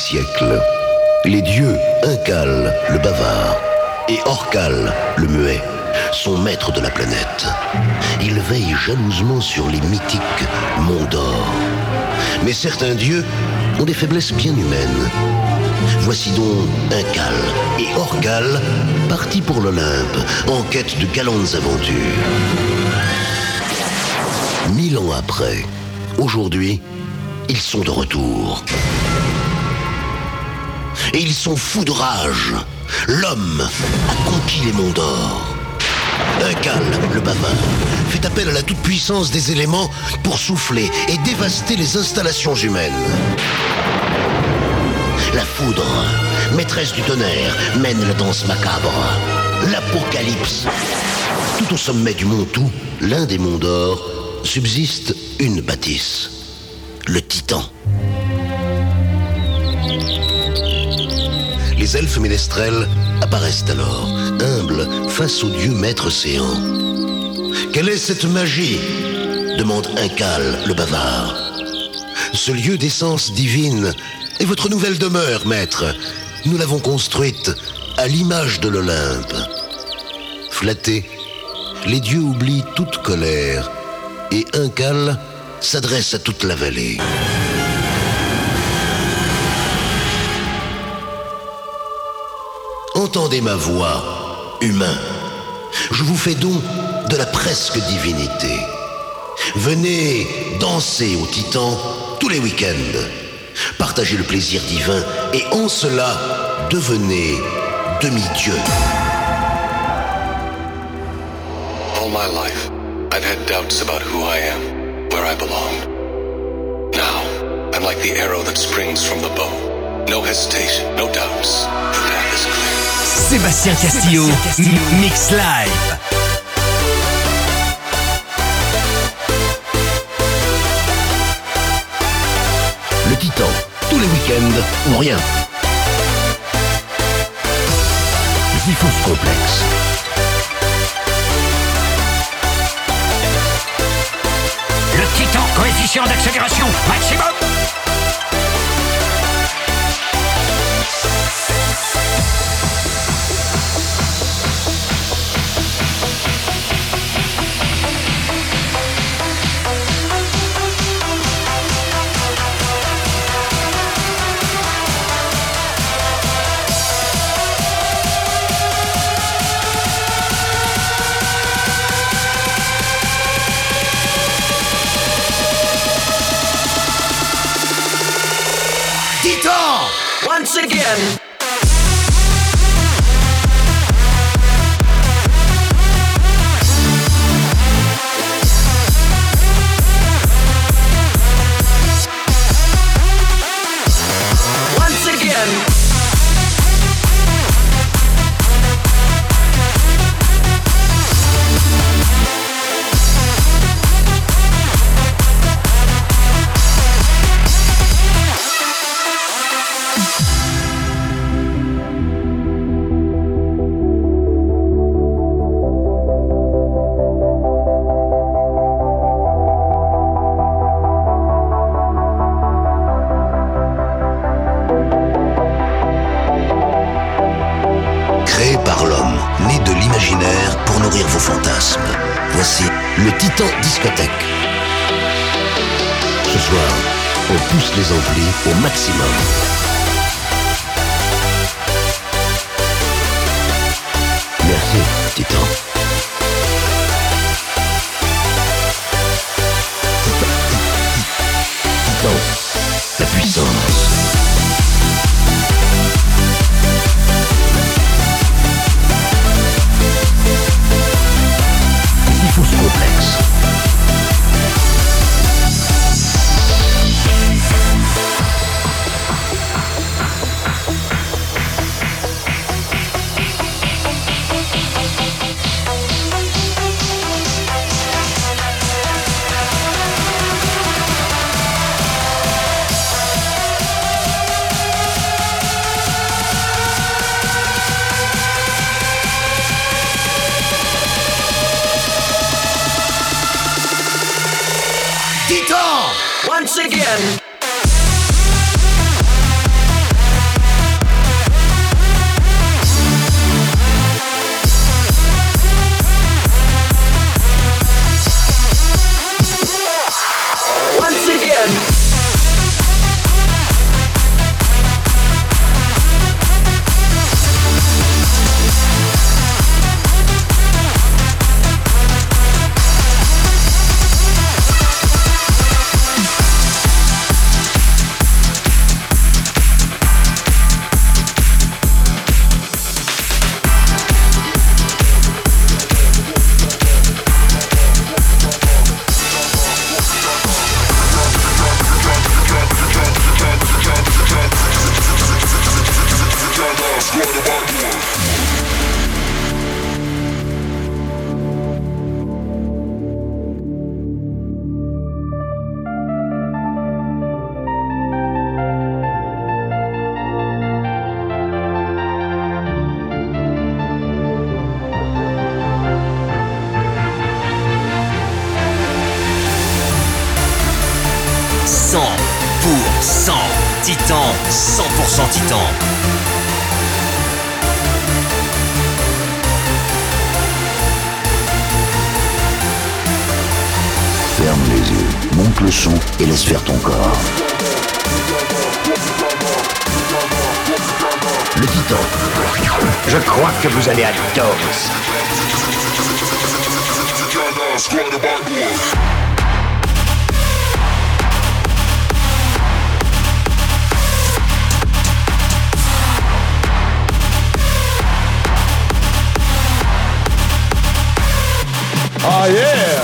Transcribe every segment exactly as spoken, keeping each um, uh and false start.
siècle, les dieux Incal, le bavard, et Orcal, le muet, sont maîtres de la planète. Ils veillent jalousement sur les mythiques monts d'or. Mais certains dieux ont des faiblesses bien humaines. Voici donc Incal et Orcal partis pour l'Olympe en quête de galantes aventures. Mille ans après, aujourd'hui, ils sont de retour. Et ils sont fous de rage. L'homme a conquis les monts d'or. Incal, le bavard, fait appel à la toute-puissance des éléments pour souffler et dévaster les installations humaines. La foudre, maîtresse du tonnerre, mène la danse macabre. L'apocalypse. Tout au sommet du mont Tout, l'un des monts d'or, subsiste une bâtisse. Le Titan. Les elfes ménestrels apparaissent alors, humbles, face au dieu maître séant. Quelle est cette magie ? Demande Incal, le bavard. Ce lieu d'essence divine est votre nouvelle demeure, maître. Nous l'avons construite à l'image de l'Olympe. Flattés, les dieux oublient toute colère et Incal s'adresse à toute la vallée. Entendez ma voix, humain. Je vous fais don de la presque divinité. Venez danser au Titan tous les week-ends. Partagez le plaisir divin et en cela, devenez demi-dieu. All my life, I've had doubts about who I am, where I belong. Now, I'm like the arrow that springs from the bow. No hesitation, no doubts. The path is clear. Sébastien Castillo, M- Mix Live. Le Titan, tous les week-ends ou rien. Zifos Complexe. Le Titan, coefficient d'accélération maximum. Once again. Once again. Pour nourrir vos fantasmes. Voici le Titan Discothèque. Ce soir, on pousse les amplis au maximum. Merci, Titan. Titan, la puissance. Complexe. Titan! Once again. cent. Titan, cent pour cent Titan. Ferme les yeux, monte le son et laisse faire ton corps. Le Titan. Je crois que vous allez à tort. Oh yeah!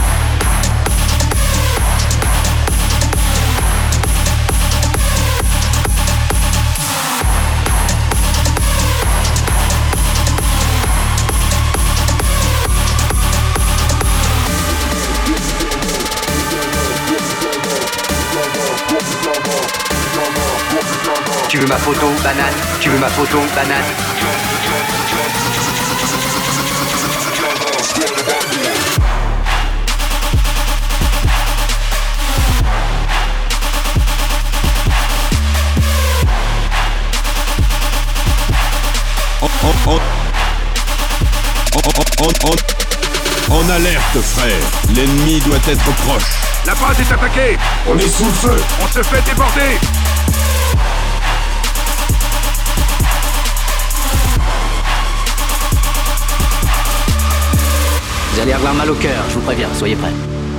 Tu veux ma photo, banane? Tu veux ma photo, banane? En, en, en, en, en alerte, frère. L'ennemi doit être proche. La base est attaquée. On est sous le feu. On se fait déborder. Vous allez avoir mal au cœur, je vous préviens, soyez prêts.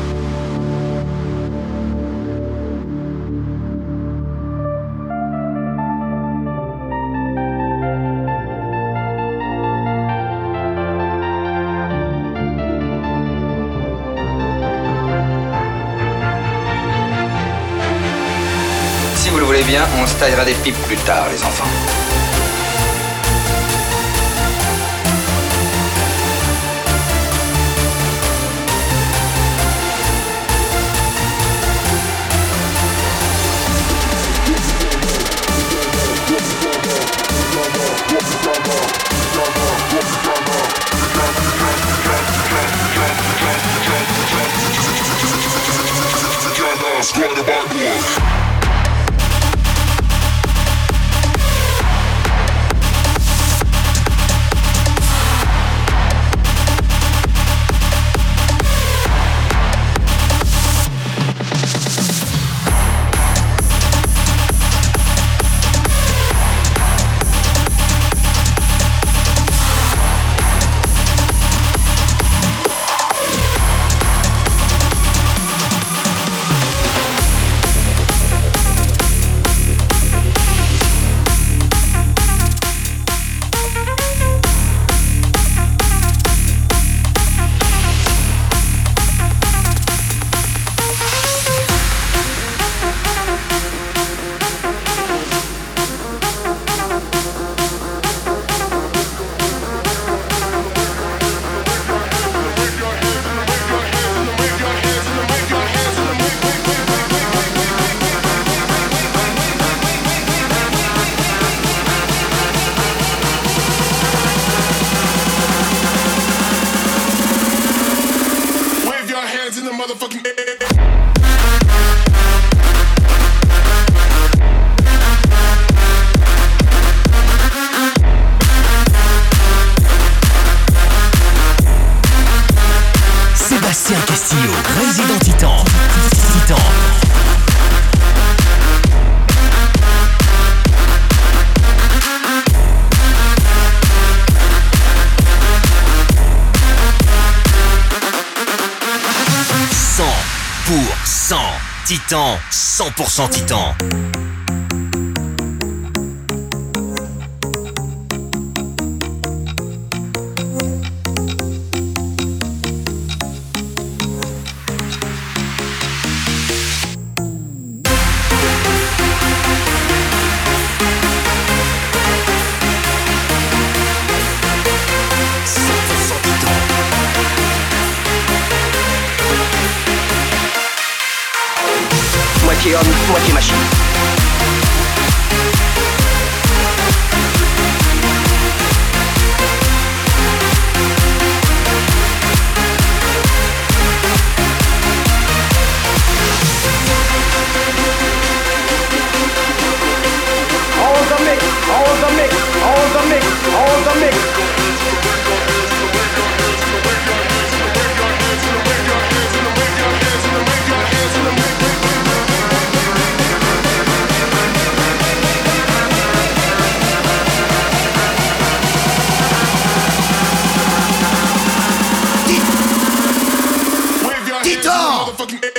Si vous le voulez bien, on se taillera des pipes plus tard, les enfants. Sébastien Castillo, Résident Titan. Titan. cent pour cent Titan, cent pour cent Titan. Moitié homme, moitié machine. Titan!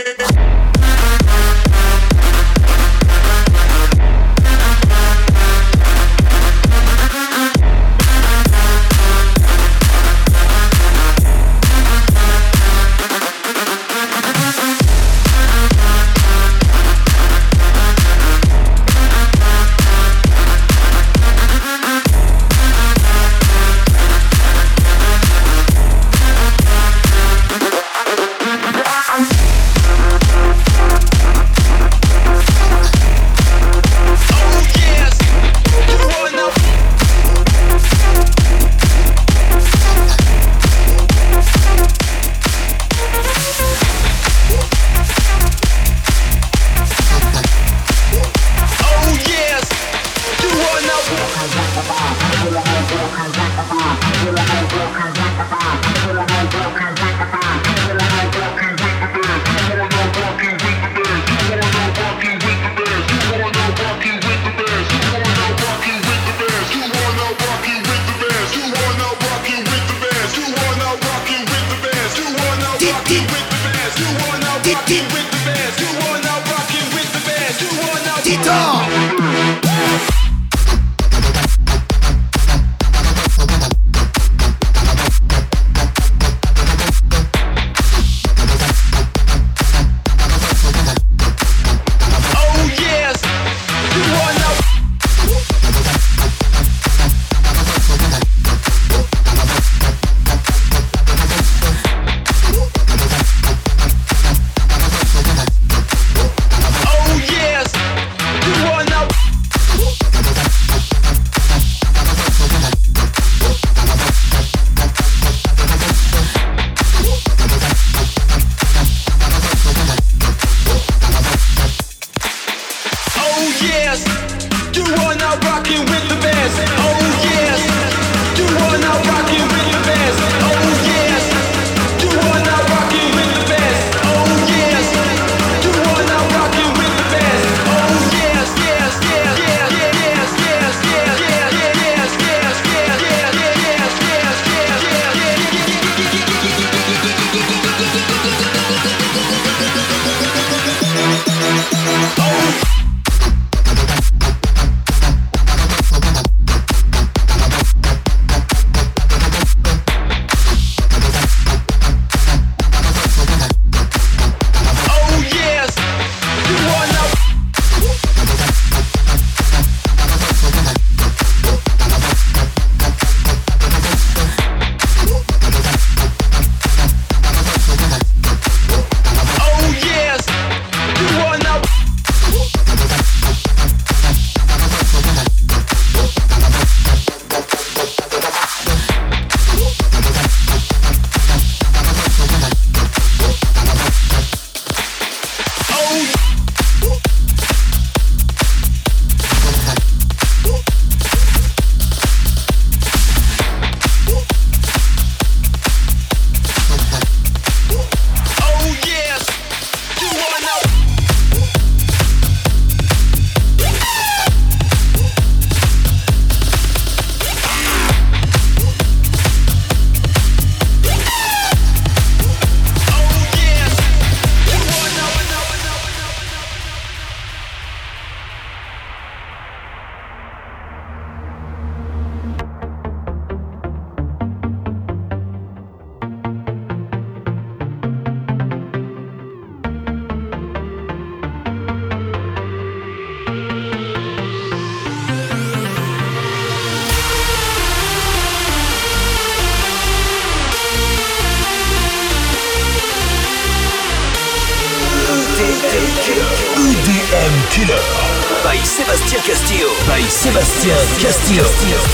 E D M Killer by Sébastien Castillo. By Sébastien Castillo.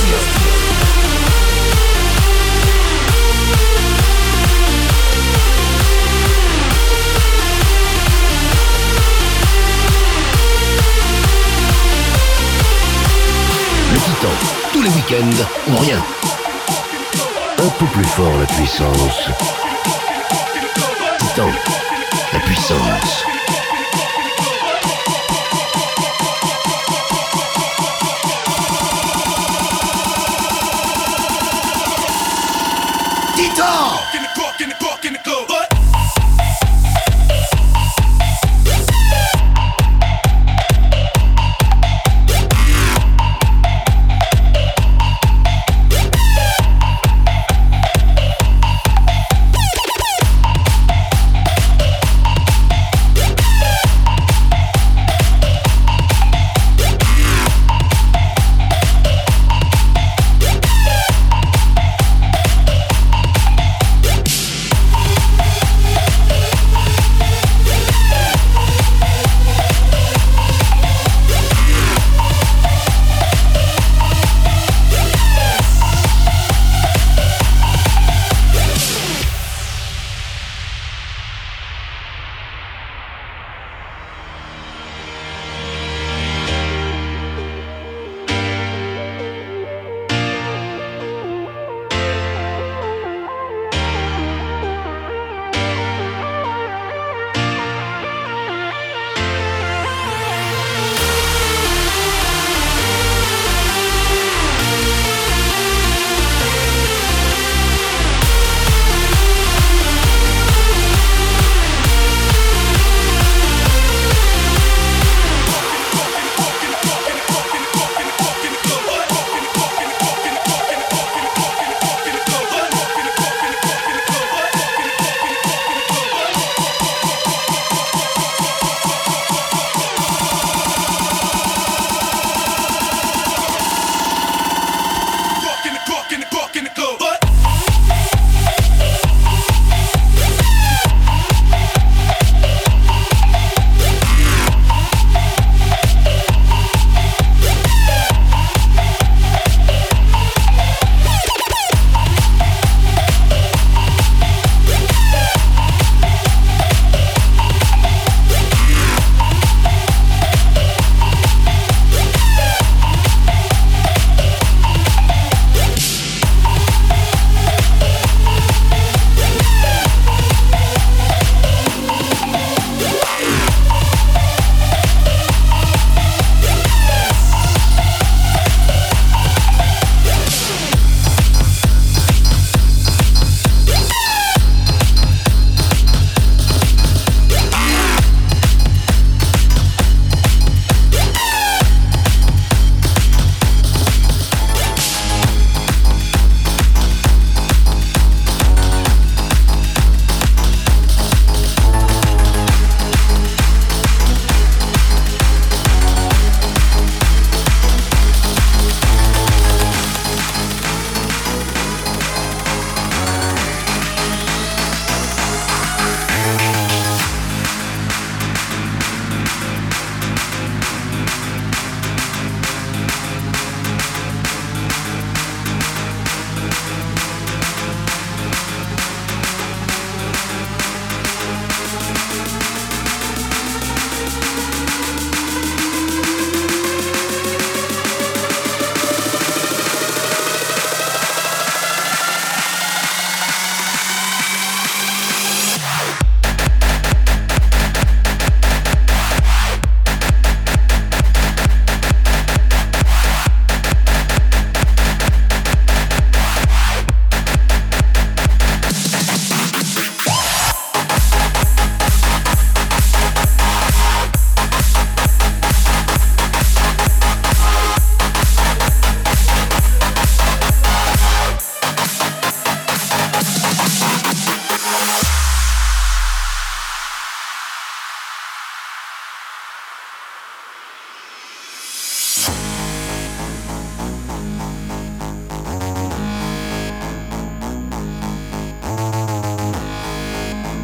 Le Titan, tous les week-ends, ou rien. Un peu plus fort la puissance. Titan, la puissance. Titan!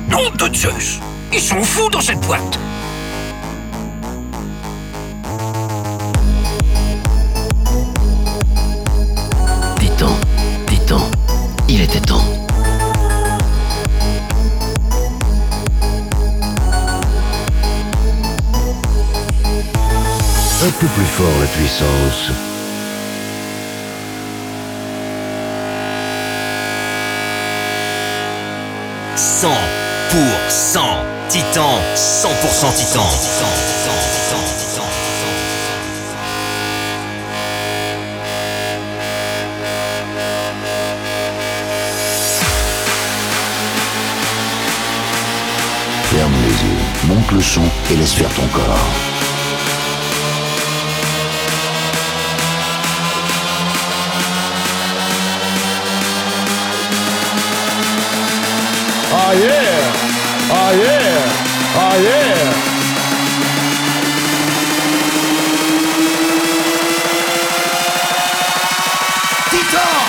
Nom de Zeus! Ils sont fous dans cette boîte! Titan, Titan, il était temps. Un peu plus fort la puissance. cent pour cent Titan, cent pour cent Titan. Ferme les yeux, monte le son et laisse faire ton corps. Oh yeah! Oh yeah! Oh yeah! Titan!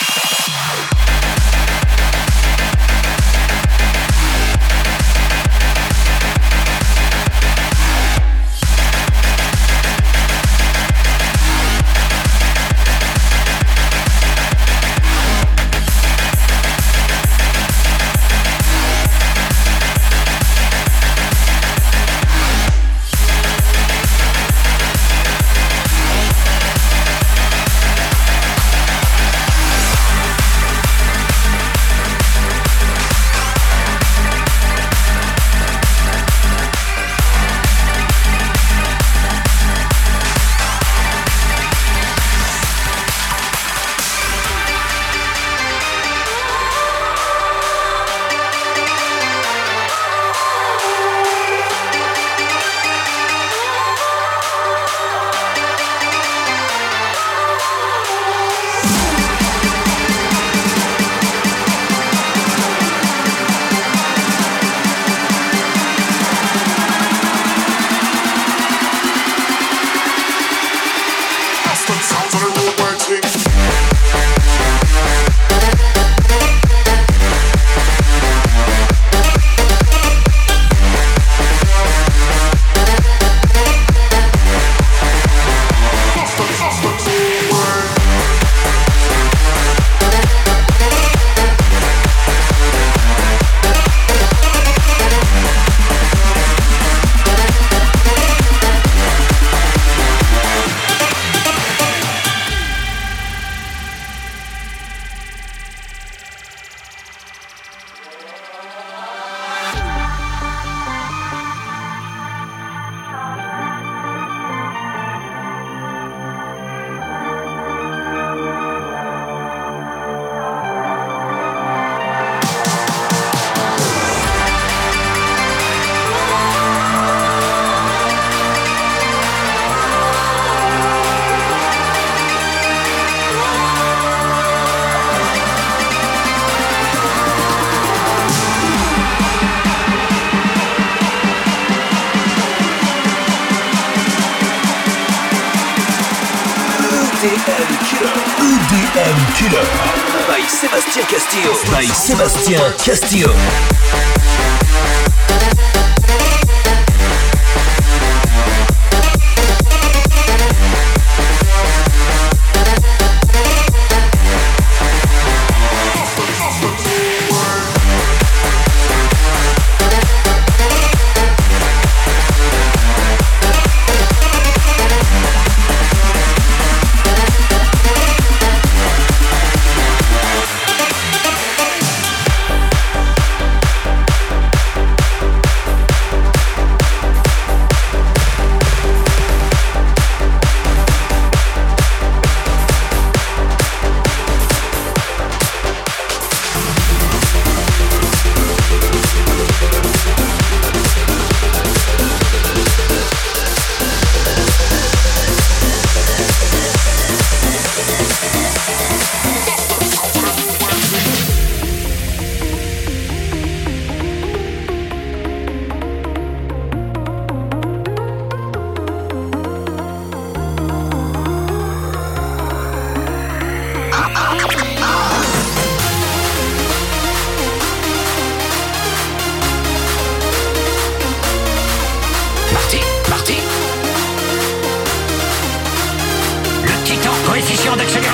E D M Killer. E D M Killer. By Sébastien Castillo. By Sébastien Castillo.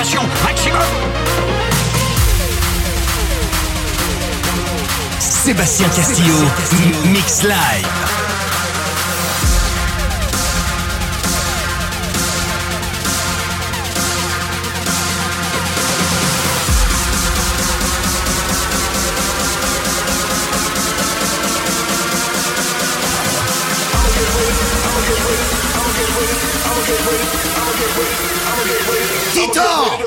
Concentration maximum. Sébastien Castillo, Mix Live. Titan!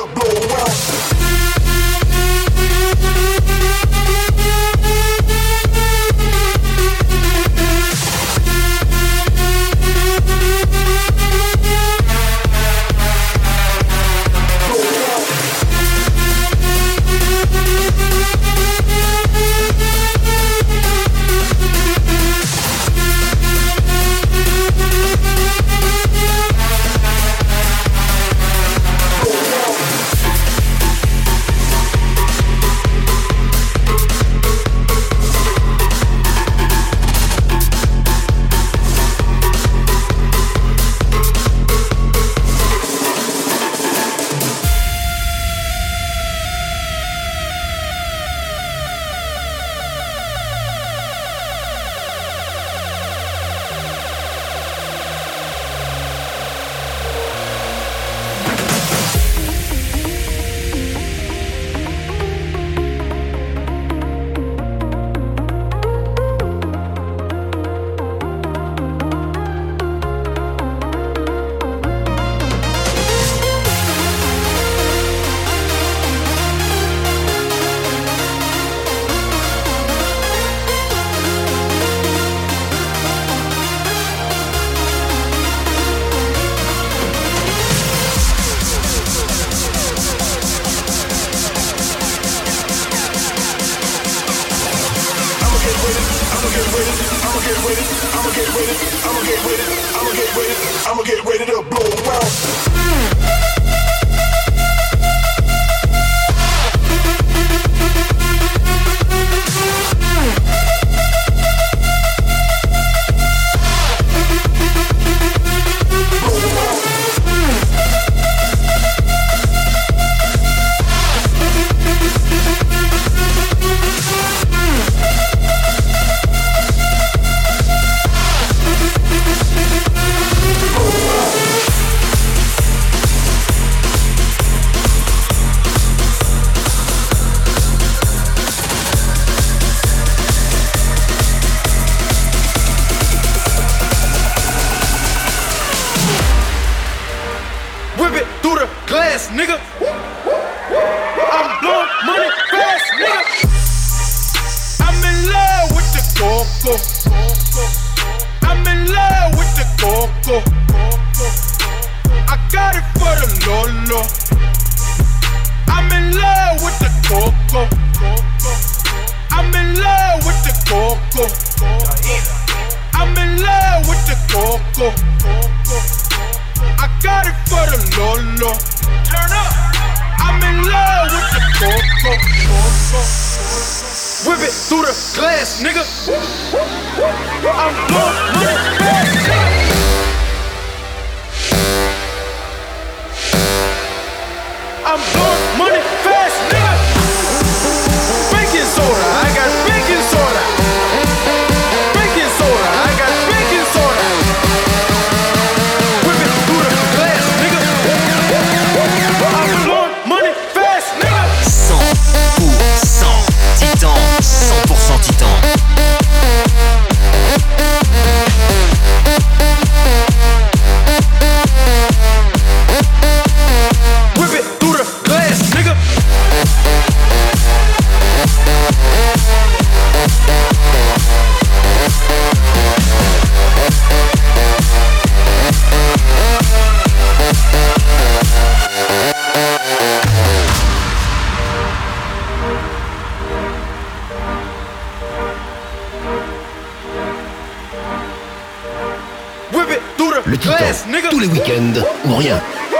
Le Titan, tous les week-ends ou rien.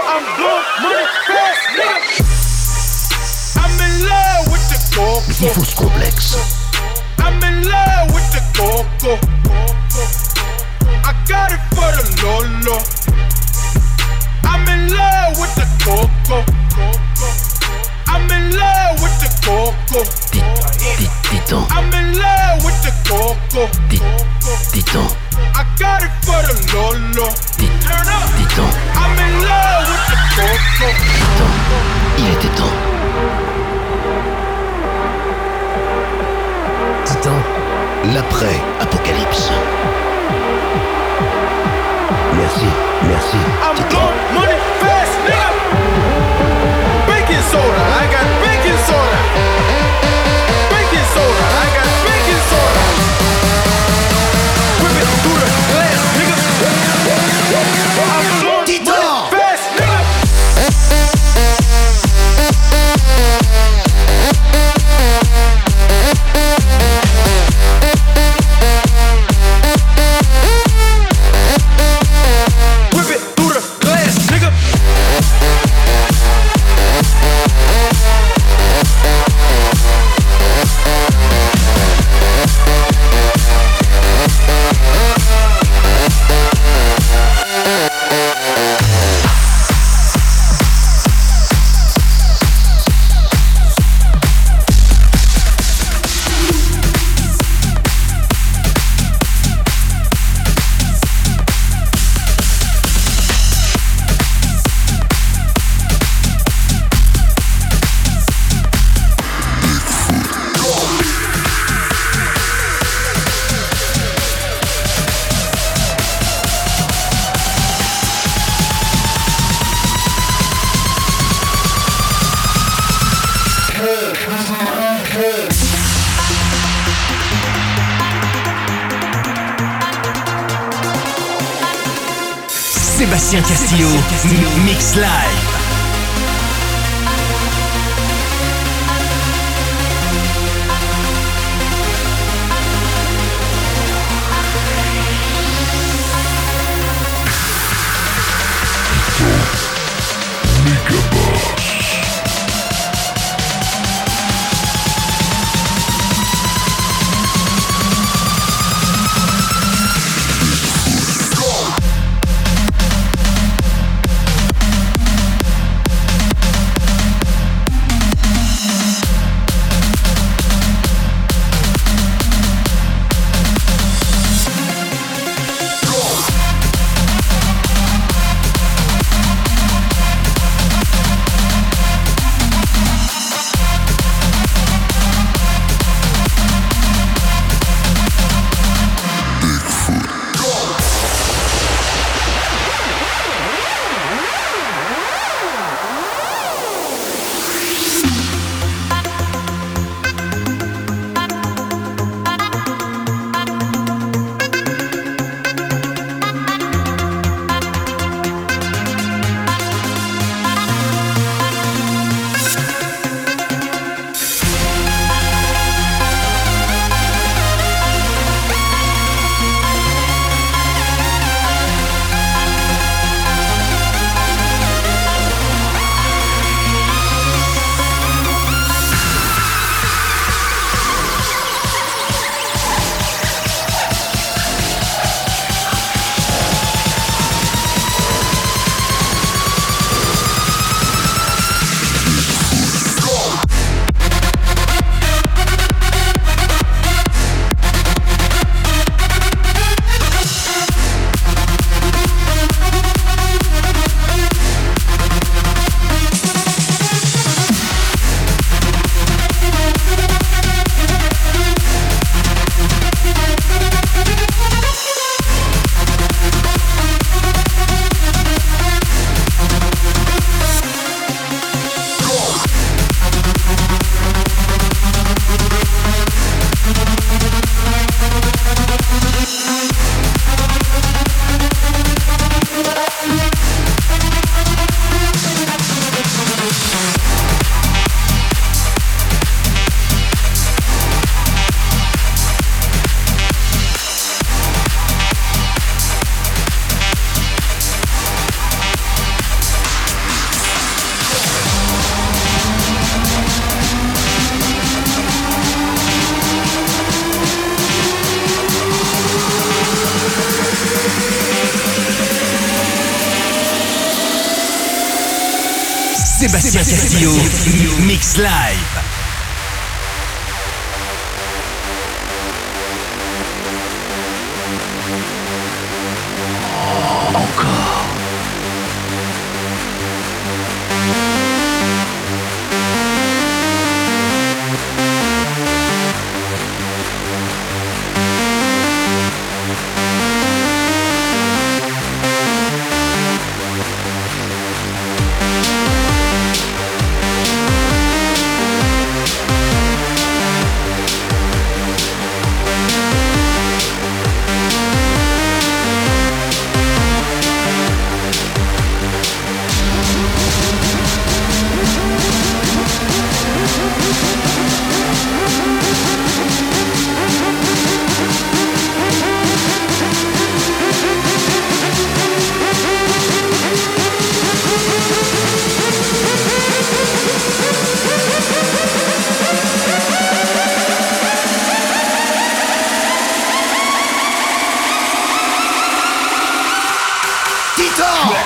Le Fausse Complexe. I'm in love with the coco. I got it for the Lolo. I'm in love with the coco. Titan. I'm in love with the coco. Titan. I got it for the Lolo. Turn up. Titan. I'm in love with the coco. Titan. Il était temps. Titan. L'après-apocalypse. Merci, merci. I'm Titan. blowing money fast, nigga. Baking soda, I got baking soda. Baking soda, I got baking soda. Whip it through the glass, nigga. I'm blowing Titan. money fast, nigga. Whip it through the glass, nigga. Sébastien Castillo, Mix Live. Sébastien Castillo, Mix Live. Titan!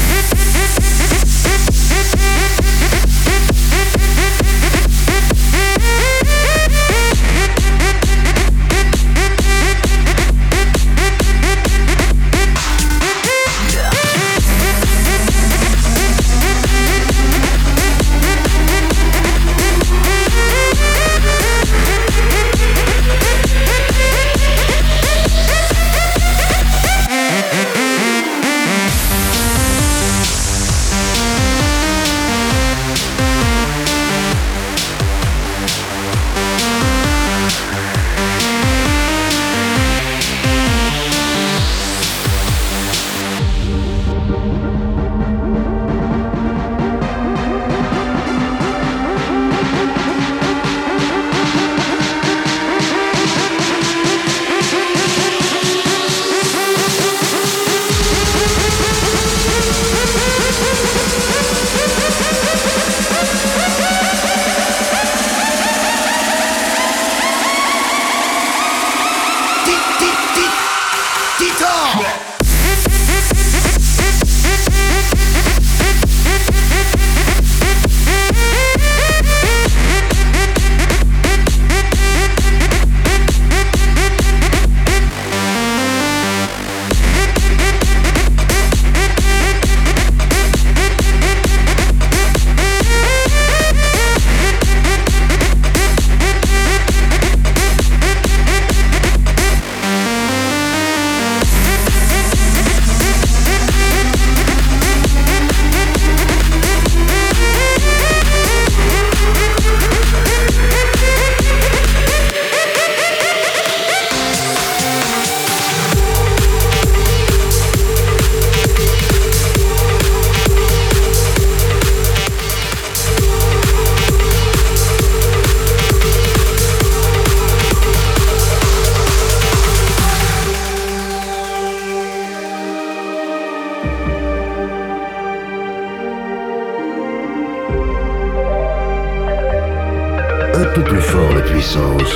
Un peu plus fort la puissance.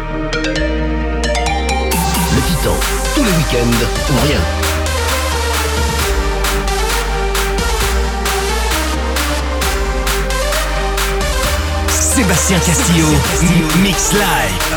Le Titan, tous les week-ends, ou rien. Sébastien Castillo, Mix Live.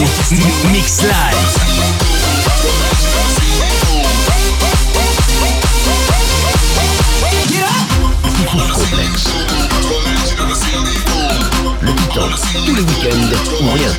M- Mix Live. Complexe. Le Titan, tous les week-ends ou rien.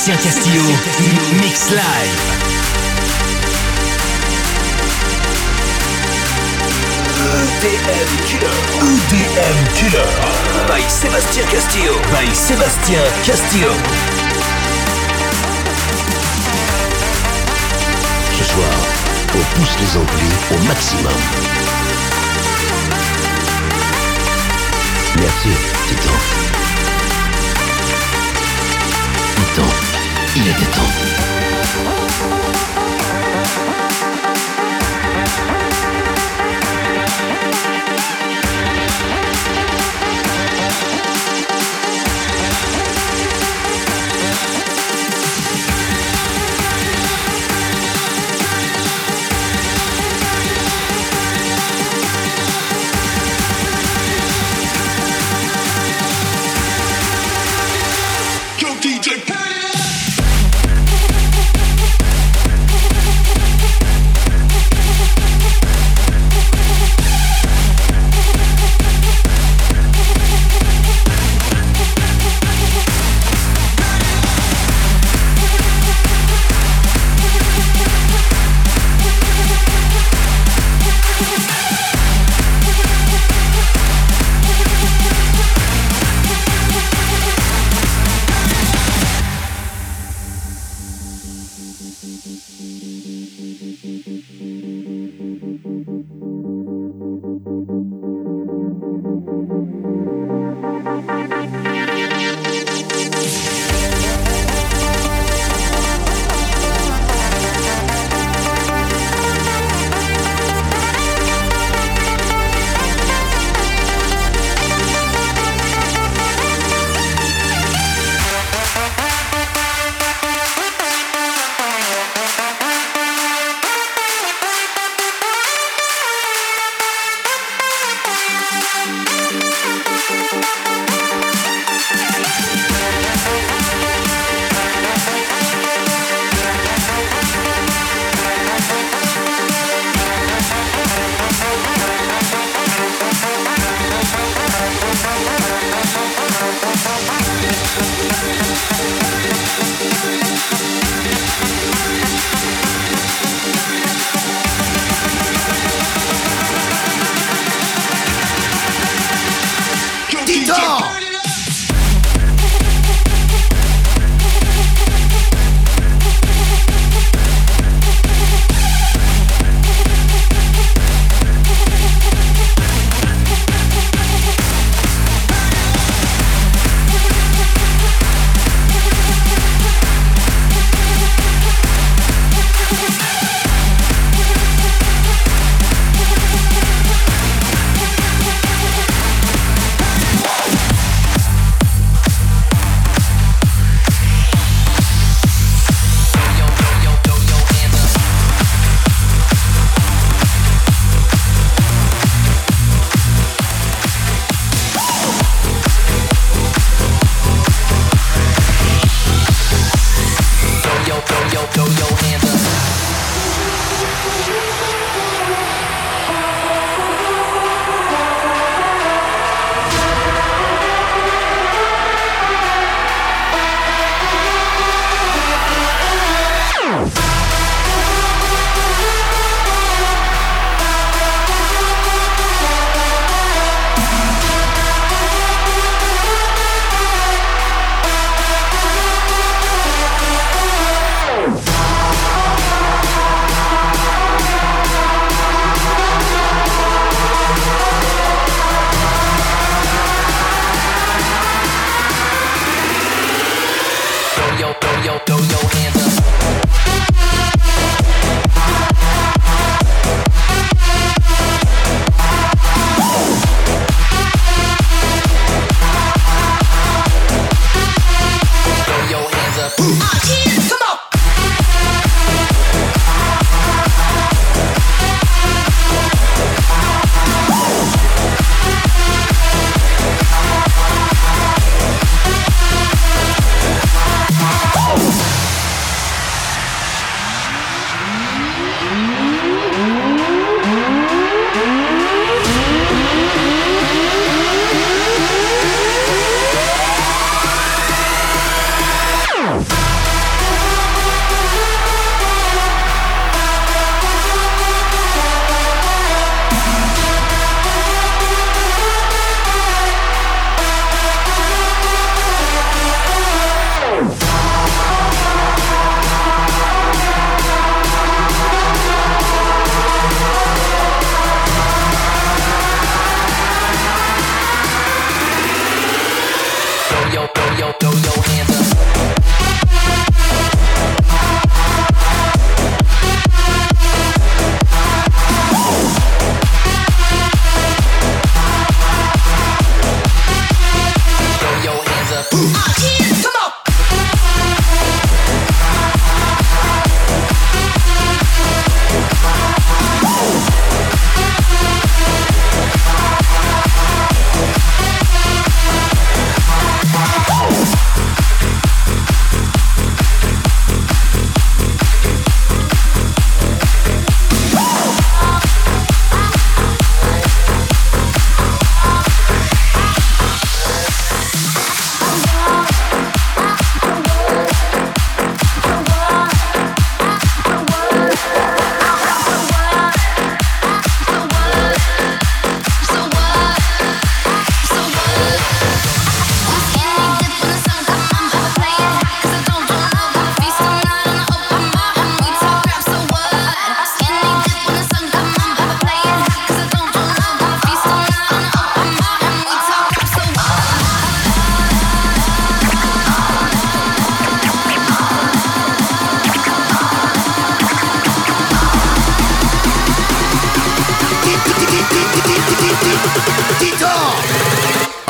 Sébastien Castillo, Mix Live. E D M Killer. E D M Killer. By Sébastien Castillo. By Sébastien Castillo. Ce soir, on pousse les amplis au maximum. Merci, Titan. Titan, il était temps. Yo, D J,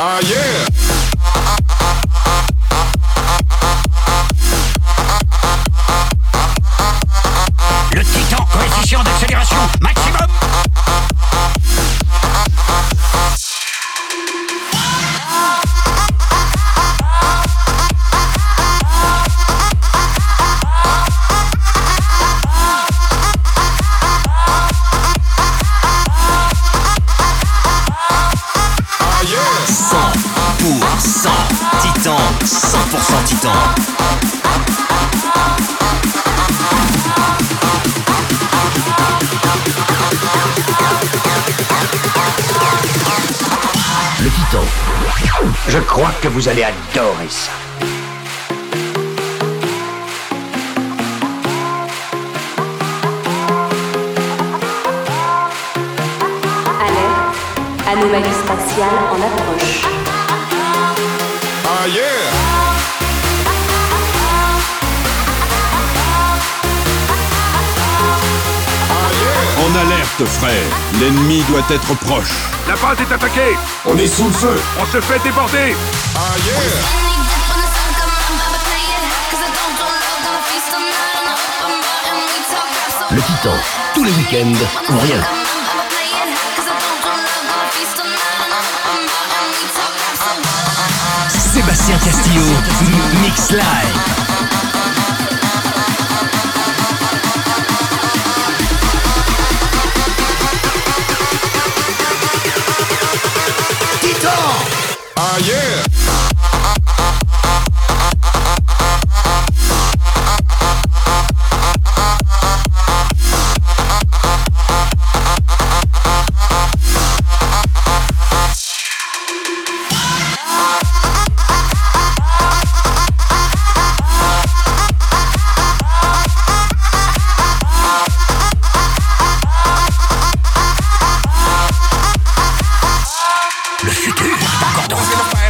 Ah yeah! Le Titan, coefficient d'accélération maximum. cent pour cent Titan, cent pour cent Titan. Le Titan. Je crois que vous allez adorer ça. Alerte, anomalie spatiale en approche. Ah yeah! En alerte, frère. L'ennemi doit être proche. La base est attaquée! On est sous le feu. On se fait déborder! Ah yeah! Le Titan. Tous les week-ends ou rien. Sébastien Castillo, Mix Live. Ah yeah! Le futur est encore dans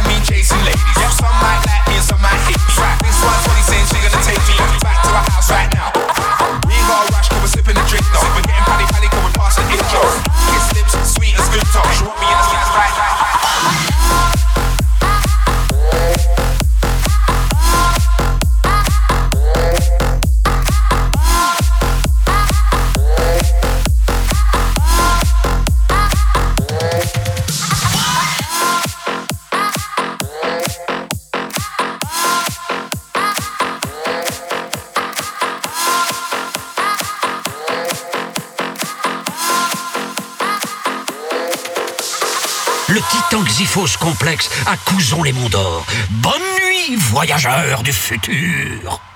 Le Titan Xyphos complexe à Couzon les Monts d'Or. Bonne nuit, voyageurs du futur.